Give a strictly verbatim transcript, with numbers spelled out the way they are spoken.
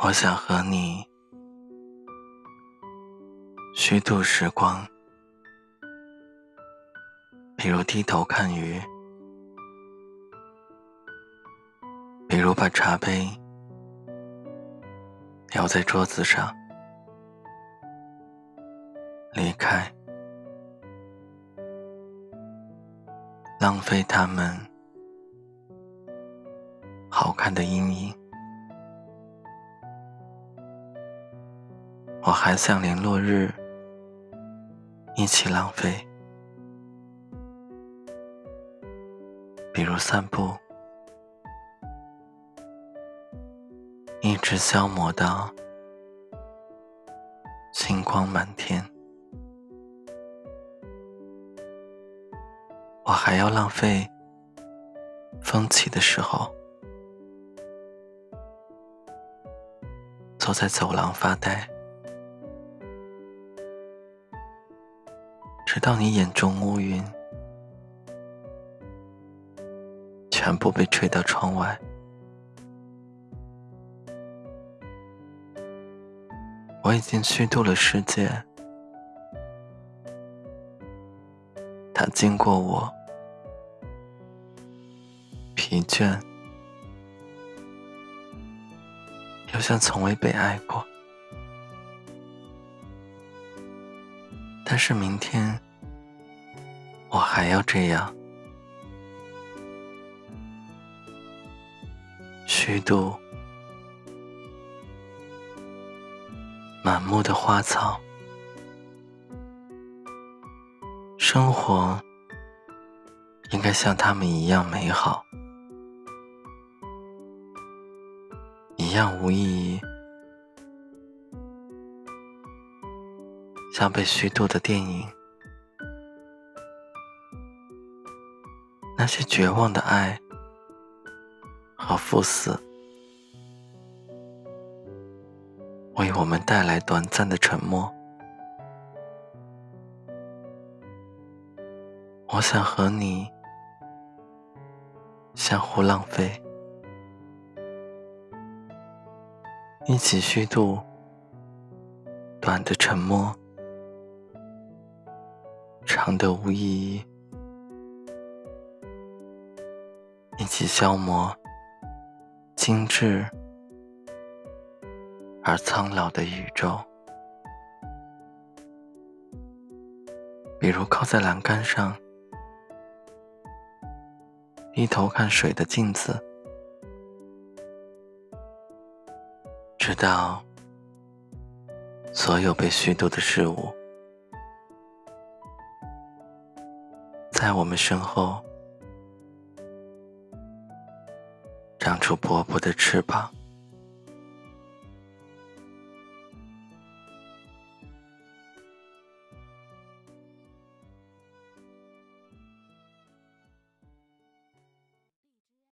我想和你虚度时光，比如低头看鱼，比如把茶杯摇在桌子上，离开，浪费它们好看的阴影。我还想连落日一起浪费，比如散步，一直消磨到星光满天。我还要浪费风起的时候，坐在走廊发呆，直到你眼中乌云全部被吹到窗外。我已经虚度了世界，它经过我，疲倦，又像从未被爱过。但是明天我还要这样虚度满目的花草。生活应该像他们一样美好，一样无意义，像被虚度的电影，那些绝望的爱和赴死，为我们带来短暂的沉默。我想和你相互浪费，一起虚度短的沉默，长的无意义，一起消磨精致而苍老的宇宙。比如靠在栏杆上，低头看水的镜子，直到所有被虚度的事物在我们身后长出薄薄的翅膀。